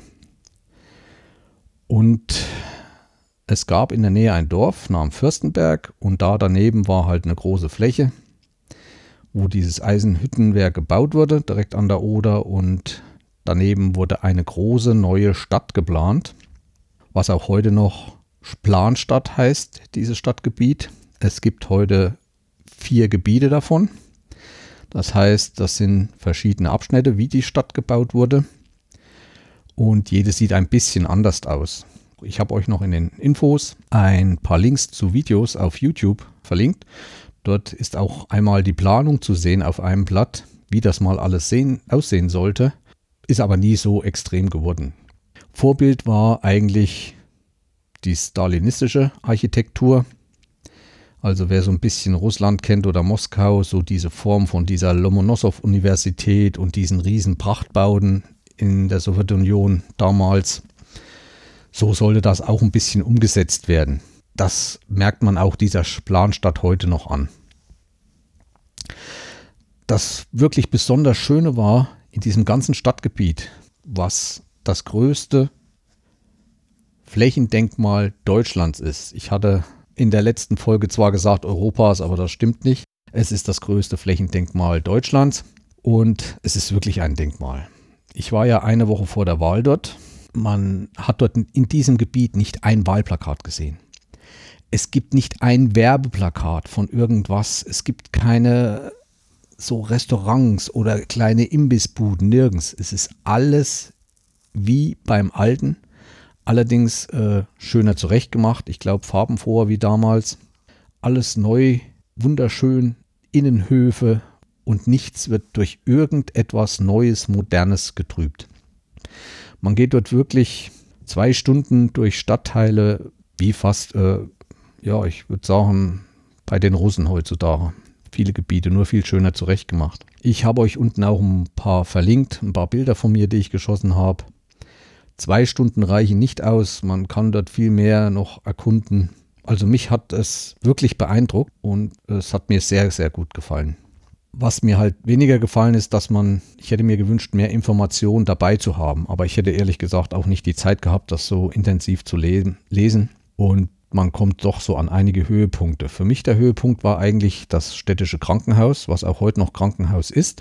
Und es gab in der Nähe ein Dorf namens Fürstenberg und da daneben war halt eine große Fläche, wo dieses Eisenhüttenwerk gebaut wurde, direkt an der Oder, und daneben wurde eine große neue Stadt geplant, was auch heute noch Planstadt heißt, dieses Stadtgebiet. Es gibt heute vier Gebiete davon. Das heißt, das sind verschiedene Abschnitte, wie die Stadt gebaut wurde. Und jedes sieht ein bisschen anders aus. Ich habe euch noch in den Infos ein paar Links zu Videos auf YouTube verlinkt. Dort ist auch einmal die Planung zu sehen auf einem Blatt, wie das mal alles sehen, aussehen sollte. Ist aber nie so extrem geworden. Vorbild war eigentlich die stalinistische Architektur. Also wer so ein bisschen Russland kennt oder Moskau, so diese Form von dieser Lomonossow-Universität und diesen riesen Prachtbauten in der Sowjetunion damals, so sollte das auch ein bisschen umgesetzt werden. Das merkt man auch dieser Planstadt heute noch an. Das wirklich besonders Schöne war, in diesem ganzen Stadtgebiet, was das größte Flächendenkmal Deutschlands ist. Ich hatte in der letzten Folge zwar gesagt Europas, aber das stimmt nicht. Es ist das größte Flächendenkmal Deutschlands und es ist wirklich ein Denkmal. Ich war ja eine Woche vor der Wahl dort. Man hat dort in diesem Gebiet nicht ein Wahlplakat gesehen. Es gibt nicht ein Werbeplakat von irgendwas. Es gibt keine so Restaurants oder kleine Imbissbuden, nirgends. Es ist alles wie beim Alten, allerdings äh, schöner zurechtgemacht. Ich glaube farbenfroher wie damals. Alles neu, wunderschön, Innenhöfe und nichts wird durch irgendetwas Neues, Modernes getrübt. Man geht dort wirklich zwei Stunden durch Stadtteile, wie fast, äh, ja, ich würde sagen, bei den Russen heutzutage. Viele Gebiete, nur viel schöner zurechtgemacht. Ich habe euch unten auch ein paar verlinkt, ein paar Bilder von mir, die ich geschossen habe. Zwei Stunden reichen nicht aus, man kann dort viel mehr noch erkunden. Also mich hat es wirklich beeindruckt und es hat mir sehr, sehr gut gefallen. Was mir halt weniger gefallen ist, dass man, ich hätte mir gewünscht, mehr Informationen dabei zu haben. Aber ich hätte ehrlich gesagt auch nicht die Zeit gehabt, das so intensiv zu lesen. Und man kommt doch so an einige Höhepunkte. Für mich der Höhepunkt war eigentlich das städtische Krankenhaus, was auch heute noch Krankenhaus ist.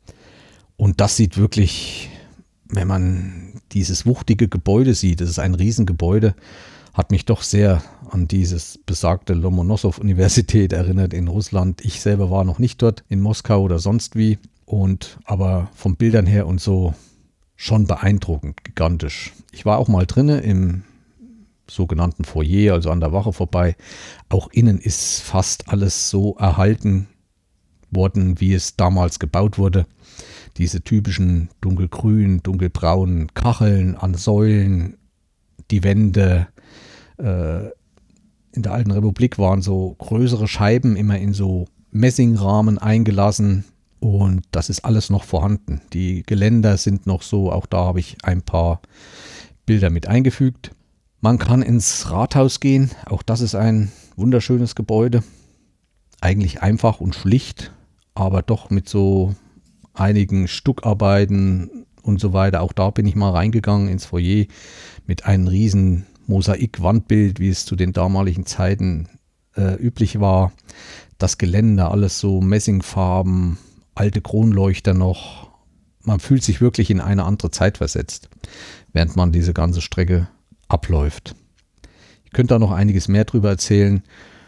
Und das sieht wirklich, wenn man dieses wuchtige Gebäude sieht, das ist ein Riesengebäude, hat mich doch sehr an dieses besagte Lomonossow-Universität erinnert in Russland. Ich selber war noch nicht dort in Moskau oder sonst wie. Und aber von Bildern her und so schon beeindruckend, gigantisch. Ich war auch mal drinne im sogenannten Foyer, also an der Wache vorbei. Auch innen ist fast alles so erhalten worden, wie es damals gebaut wurde. Diese typischen dunkelgrünen, dunkelbraunen Kacheln an Säulen, die Wände. Äh, in der alten Republik waren so größere Scheiben immer in so Messingrahmen eingelassen und das ist alles noch vorhanden. Die Geländer sind noch so, auch da habe ich ein paar Bilder mit eingefügt. Man kann ins Rathaus gehen, auch das ist ein wunderschönes Gebäude. Eigentlich einfach und schlicht, aber doch mit so einigen Stuckarbeiten und so weiter. Auch da bin ich mal reingegangen ins Foyer mit einem riesen Mosaik-Wandbild, wie es zu den damaligen Zeiten äh, üblich war. Das Geländer, alles so Messingfarben, alte Kronleuchter noch. Man fühlt sich wirklich in eine andere Zeit versetzt, während man diese ganze Strecke abläuft. Ich könnte da noch einiges mehr drüber erzählen,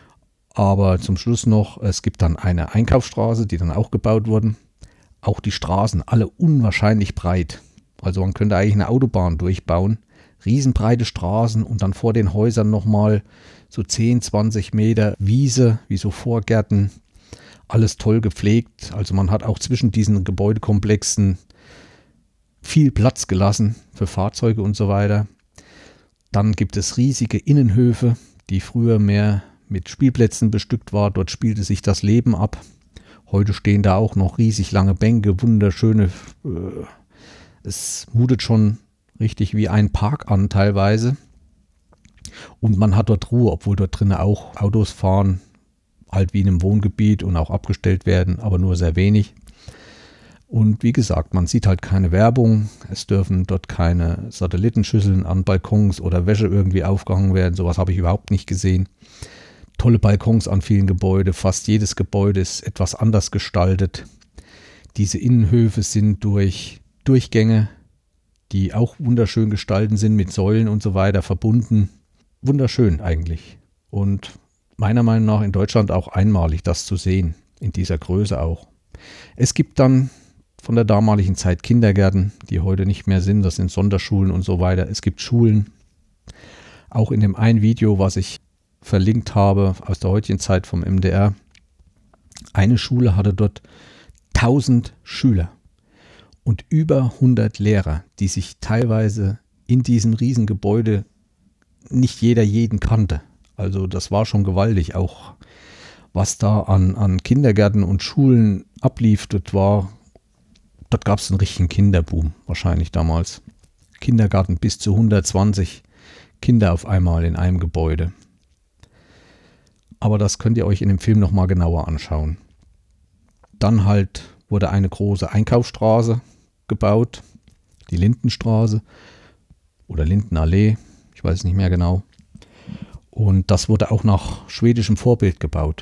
aber zum Schluss noch, es gibt dann eine Einkaufsstraße, die dann auch gebaut wurden. Auch die Straßen, alle unwahrscheinlich breit. Also man könnte eigentlich eine Autobahn durchbauen. Riesenbreite Straßen und dann vor den Häusern nochmal so zehn, zwanzig Meter Wiese, wie so Vorgärten. Alles toll gepflegt. Also man hat auch zwischen diesen Gebäudekomplexen viel Platz gelassen für Fahrzeuge und so weiter. Dann gibt es riesige Innenhöfe, die früher mehr mit Spielplätzen bestückt war. Dort spielte sich das Leben ab. Heute stehen da auch noch riesig lange Bänke, wunderschöne. Äh, es mutet schon richtig wie ein Park an teilweise. Und man hat dort Ruhe, obwohl dort drinnen auch Autos fahren, halt wie in einem Wohngebiet und auch abgestellt werden, aber nur sehr wenig. Und wie gesagt, man sieht halt keine Werbung. Es dürfen dort keine Satellitenschüsseln an Balkons oder Wäsche irgendwie aufgehangen werden. Sowas habe ich überhaupt nicht gesehen. Tolle Balkons an vielen Gebäuden. Fast jedes Gebäude ist etwas anders gestaltet. Diese Innenhöfe sind durch Durchgänge, die auch wunderschön gestaltet sind, mit Säulen und so weiter verbunden. Wunderschön eigentlich. Und meiner Meinung nach in Deutschland auch einmalig, das zu sehen. In dieser Größe auch. Es gibt dann von der damaligen Zeit Kindergärten, die heute nicht mehr sind. Das sind Sonderschulen und so weiter. Es gibt Schulen. Auch in dem einen Video, was ich verlinkt habe aus der heutigen Zeit vom M D R. Eine Schule hatte dort tausend Schüler und über hundert Lehrer, die sich teilweise in diesem Riesengebäude nicht jeder jeden kannte. Also das war schon gewaltig, auch was da an, an Kindergärten und Schulen ablief. Dort war, dort gab es einen richtigen Kinderboom wahrscheinlich damals. Kindergarten bis zu hundertzwanzig Kinder auf einmal in einem Gebäude. Aber das könnt ihr euch in dem Film nochmal genauer anschauen. Dann halt wurde eine große Einkaufsstraße gebaut, die Lindenstraße oder Lindenallee, ich weiß es nicht mehr genau. Und das wurde auch nach schwedischem Vorbild gebaut.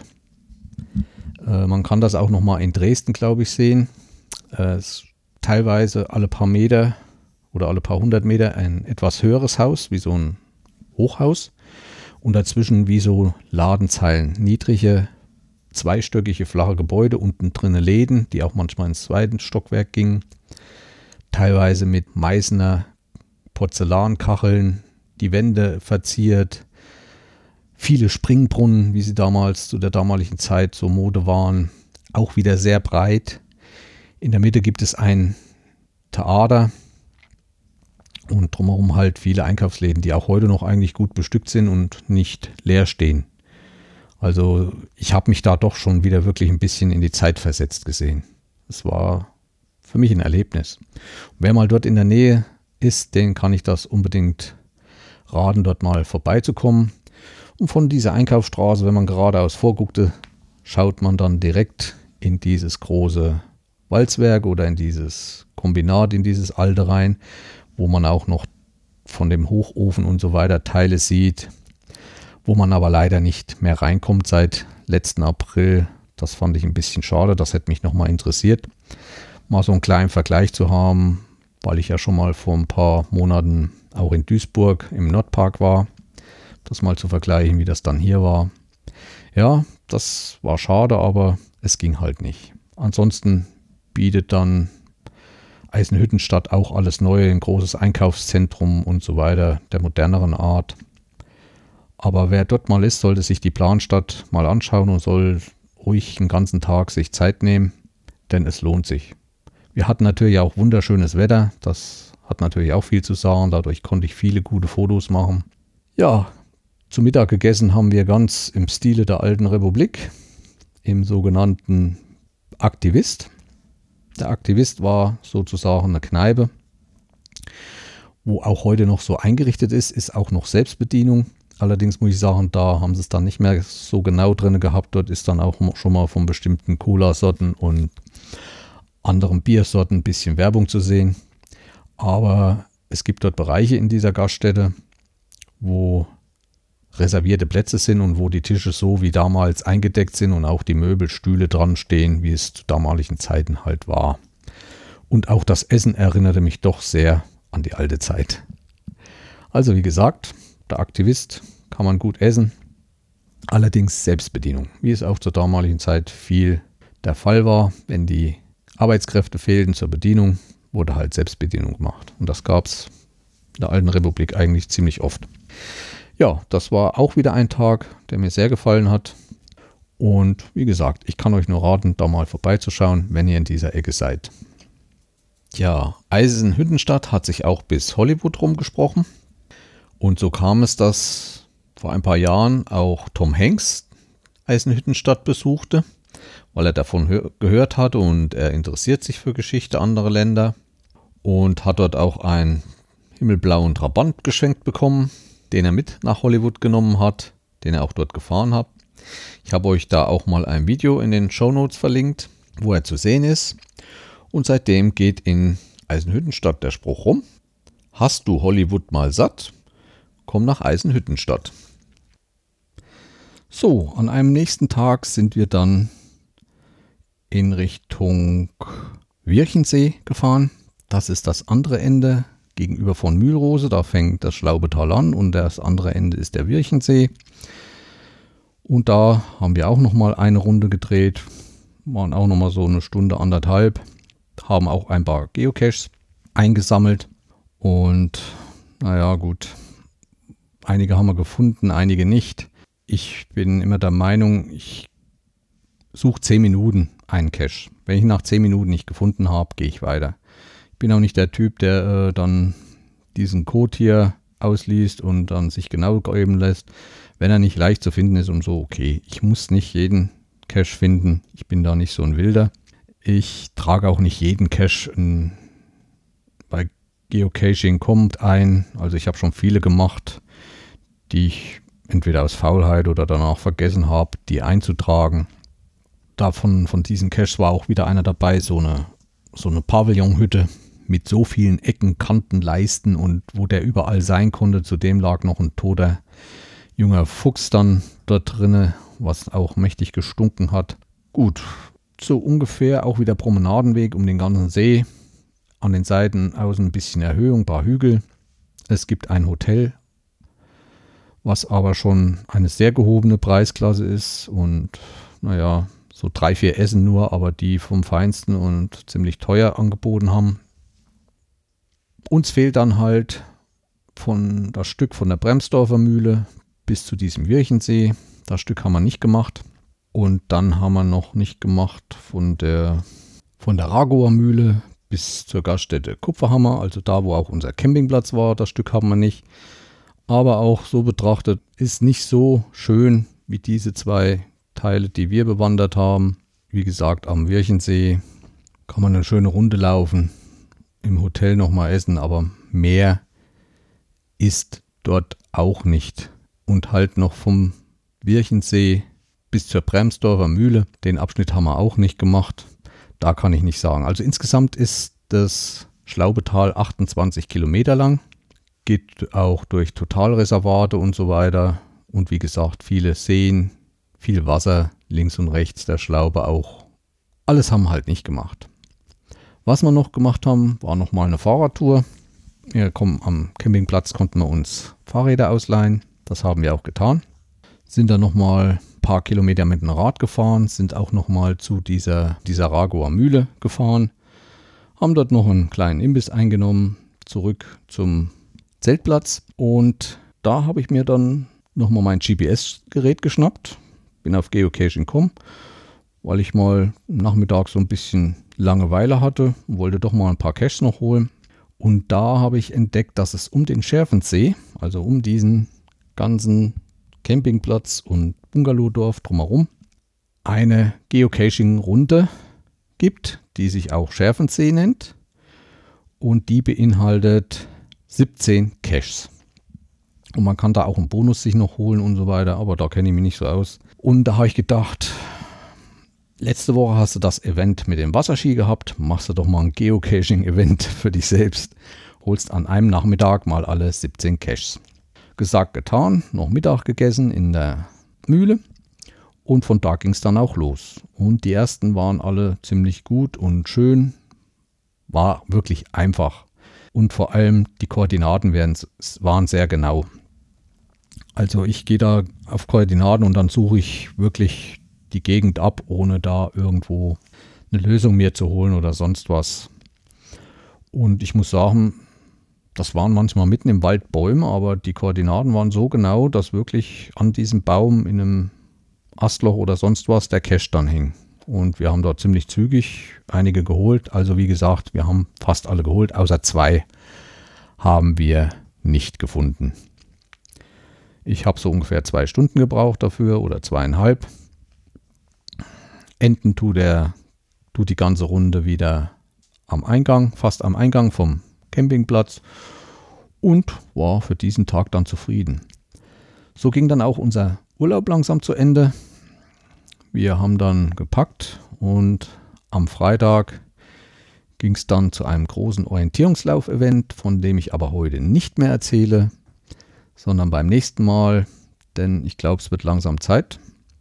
Äh, man kann das auch nochmal in Dresden, glaube ich, sehen. Äh, es ist teilweise alle paar Meter oder alle paar hundert Meter ein etwas höheres Haus, wie so ein Hochhaus. Und dazwischen wie so Ladenzeilen, niedrige, zweistöckige, flache Gebäude, unten drinnen Läden, die auch manchmal ins zweite Stockwerk gingen. Teilweise mit Meißner Porzellankacheln, die Wände verziert. Viele Springbrunnen, wie sie damals zu der damaligen Zeit so Mode waren, auch wieder sehr breit. In der Mitte gibt es ein Theater und drumherum halt viele Einkaufsläden, die auch heute noch eigentlich gut bestückt sind und nicht leer stehen. Also ich habe mich da doch schon wieder wirklich ein bisschen in die Zeit versetzt gesehen. Es war für mich ein Erlebnis. Wer mal dort in der Nähe ist, den kann ich das unbedingt raten, dort mal vorbeizukommen. Und von dieser Einkaufsstraße, wenn man geradeaus vorguckte, schaut man dann direkt in dieses große Walzwerk oder in dieses Kombinat, in dieses alte rein, wo man auch noch von dem Hochofen und so weiter Teile sieht, wo man aber leider nicht mehr reinkommt seit letzten April. Das fand ich ein bisschen schade, das hätte mich nochmal interessiert, mal so einen kleinen Vergleich zu haben, weil ich ja schon mal vor ein paar Monaten auch in Duisburg im Nordpark war. Das mal zu vergleichen, wie das dann hier war. Ja, das war schade, aber es ging halt nicht. Ansonsten bietet dann Eisenhüttenstadt auch alles Neue, ein großes Einkaufszentrum und so weiter, der moderneren Art. Aber wer dort mal ist, sollte sich die Planstadt mal anschauen und soll ruhig den ganzen Tag sich Zeit nehmen, denn es lohnt sich. Wir hatten natürlich auch wunderschönes Wetter, das hat natürlich auch viel zu sagen, dadurch konnte ich viele gute Fotos machen. Ja, zu Mittag gegessen haben wir ganz im Stile der alten Republik, im sogenannten Aktivist. Der Aktivist war sozusagen eine Kneipe, wo auch heute noch so eingerichtet ist, ist auch noch Selbstbedienung. Allerdings muss ich sagen, da haben sie es dann nicht mehr so genau drin gehabt. Dort ist dann auch schon mal von bestimmten Cola-Sorten und anderen Biersorten ein bisschen Werbung zu sehen. Aber es gibt dort Bereiche in dieser Gaststätte, wo reservierte Plätze sind und wo die Tische so wie damals eingedeckt sind und auch die Möbelstühle dran stehen, wie es zu damaligen Zeiten halt war. Und auch das Essen erinnerte mich doch sehr an die alte Zeit. Also wie gesagt, der Aktivist kann man gut essen, allerdings Selbstbedienung, wie es auch zur damaligen Zeit viel der Fall war. Wenn die Arbeitskräfte fehlten zur Bedienung, wurde halt Selbstbedienung gemacht. Und das gab es in der alten Republik eigentlich ziemlich oft. Ja, das war auch wieder ein Tag, der mir sehr gefallen hat. Und wie gesagt, ich kann euch nur raten, da mal vorbeizuschauen, wenn ihr in dieser Ecke seid. Ja, Eisenhüttenstadt hat sich auch bis Hollywood rumgesprochen. Und so kam es, dass vor ein paar Jahren auch Tom Hanks Eisenhüttenstadt besuchte, weil er davon hör- gehört hatte und er interessiert sich für Geschichte anderer Länder und hat dort auch einen himmelblauen Trabant geschenkt bekommen, den er mit nach Hollywood genommen hat, den er auch dort gefahren hat. Ich habe euch da auch mal ein Video in den Shownotes verlinkt, wo er zu sehen ist. Und seitdem geht in Eisenhüttenstadt der Spruch rum: Hast du Hollywood mal satt? Komm nach Eisenhüttenstadt. So, an einem nächsten Tag sind wir dann in Richtung Wirchensee gefahren. Das ist das andere Ende gegenüber von Mühlrose. Da fängt das Schlaubetal an und das andere Ende ist der Wirchensee. Und da haben wir auch nochmal eine Runde gedreht. Waren auch nochmal so eine Stunde, anderthalb. Haben auch ein paar Geocaches eingesammelt. Und naja, gut. Einige haben wir gefunden, einige nicht. Ich bin immer der Meinung, ich suche zehn Minuten einen Cache. Wenn ich nach zehn Minuten nicht gefunden habe, gehe ich weiter. Ich bin auch nicht der Typ, der äh, dann diesen Code hier ausliest und dann sich genau geben lässt. Wenn er nicht leicht zu finden ist und so, okay. Ich muss nicht jeden Cache finden. Ich bin da nicht so ein Wilder. Ich trage auch nicht jeden Cache in, bei Geocaching kommt ein. Also ich habe schon viele gemacht, die ich entweder aus Faulheit oder danach vergessen habe, die einzutragen. Davon, von diesen Caches war auch wieder einer dabei, so eine, so eine Pavillonhütte mit so vielen Ecken, Kanten, Leisten und wo der überall sein konnte. Zudem lag noch ein toter junger Fuchs dann dort drinne, was auch mächtig gestunken hat. Gut, so ungefähr auch wieder Promenadenweg um den ganzen See. An den Seiten außen ein bisschen Erhöhung, ein paar Hügel. Es gibt ein Hotel, was aber schon eine sehr gehobene Preisklasse ist und naja, so drei, vier Essen nur, aber die vom Feinsten und ziemlich teuer angeboten haben. Uns fehlt dann halt von das Stück von der Bremsdorfer Mühle bis zu diesem Wirchensee. Das Stück haben wir nicht gemacht. Und dann haben wir noch nicht gemacht von der, von der Ragower Mühle bis zur Gaststätte Kupferhammer, also da, wo auch unser Campingplatz war. Das Stück haben wir nicht. Aber auch so betrachtet ist nicht so schön wie diese zwei Teile, die wir bewandert haben. Wie gesagt, am Wirchensee kann man eine schöne Runde laufen, im Hotel nochmal essen, aber mehr ist dort auch nicht. Und halt noch vom Wirchensee bis zur Bremsdorfer Mühle, den Abschnitt haben wir auch nicht gemacht. Da kann ich nicht sagen. Also insgesamt ist das Schlaubetal achtundzwanzig Kilometer lang, geht auch durch Totalreservate und so weiter. Und wie gesagt, viele Seen, viel Wasser, links und rechts der Schlaube auch. Alles haben wir halt nicht gemacht. Was wir noch gemacht haben, war nochmal eine Fahrradtour. Wir kommen am Campingplatz, konnten wir uns Fahrräder ausleihen. Das haben wir auch getan. Sind dann nochmal ein paar Kilometer mit dem Rad gefahren, sind auch nochmal zu dieser, dieser Ragower Mühle gefahren. Haben dort noch einen kleinen Imbiss eingenommen, zurück zum Zeltplatz. Und da habe ich mir dann nochmal mein G P S-Gerät geschnappt. Bin auf geocaching punkt com, weil ich mal Nachmittag so ein bisschen Langeweile hatte und wollte doch mal ein paar Caches noch holen. Und da habe ich entdeckt, dass es um den Schärfendsee, also um diesen ganzen Campingplatz und Bungalowdorf drumherum, eine Geocaching-Runde gibt, die sich auch Schärfendsee nennt. Und die beinhaltet siebzehn Caches. Und man kann da auch einen Bonus sich noch holen und so weiter, aber da kenne ich mich nicht so aus. Und da habe ich gedacht, letzte Woche hast du das Event mit dem Wasserski gehabt, machst du doch mal ein Geocaching-Event für dich selbst, holst an einem Nachmittag mal alle siebzehn Caches. Gesagt, getan, noch Mittag gegessen in der Mühle und von da ging es dann auch los. Und die ersten waren alle ziemlich gut und schön, war wirklich einfach. Und vor allem die Koordinaten waren sehr genau. Also ich gehe da auf Koordinaten und dann suche ich wirklich die Gegend ab, ohne da irgendwo eine Lösung mir zu holen oder sonst was. Und ich muss sagen, das waren manchmal mitten im Wald Bäume, aber die Koordinaten waren so genau, dass wirklich an diesem Baum in einem Astloch oder sonst was der Cache dann hing. Und wir haben dort ziemlich zügig einige geholt. Also wie gesagt, wir haben fast alle geholt, außer zwei haben wir nicht gefunden. Ich habe so ungefähr zwei Stunden gebraucht dafür oder zweieinhalb. Enden tut, der, tut die ganze Runde wieder am Eingang, fast am Eingang vom Campingplatz und war für diesen Tag dann zufrieden. So ging dann auch unser Urlaub langsam zu Ende. Wir haben dann gepackt und am Freitag ging es dann zu einem großen Orientierungslauf-Event, von dem ich aber heute nicht mehr erzähle, sondern beim nächsten Mal, denn ich glaube, es wird langsam Zeit.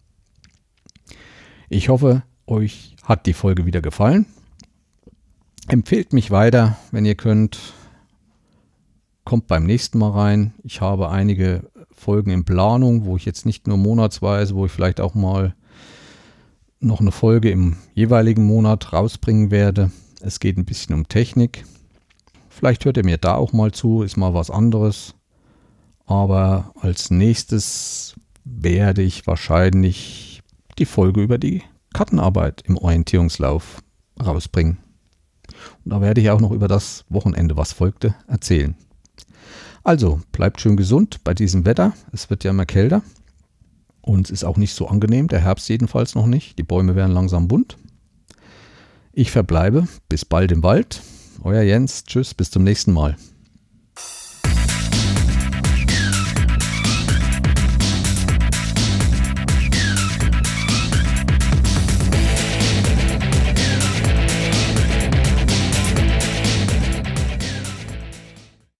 Ich hoffe, euch hat die Folge wieder gefallen. Empfehlt mich weiter, wenn ihr könnt. Kommt beim nächsten Mal rein. Ich habe einige Folgen in Planung, wo ich jetzt nicht nur monatsweise, wo ich vielleicht auch mal noch eine Folge im jeweiligen Monat rausbringen werde. Es geht ein bisschen um Technik. Vielleicht hört ihr mir da auch mal zu, ist mal was anderes. Aber als nächstes werde ich wahrscheinlich die Folge über die Kartenarbeit im Orientierungslauf rausbringen. Und da werde ich auch noch über das Wochenende, was folgte, erzählen. Also, bleibt schön gesund bei diesem Wetter. Es wird ja immer kälter. Und es ist auch nicht so angenehm, der Herbst jedenfalls noch nicht. Die Bäume werden langsam bunt. Ich verbleibe. Bis bald im Wald. Euer Jens. Tschüss, bis zum nächsten Mal.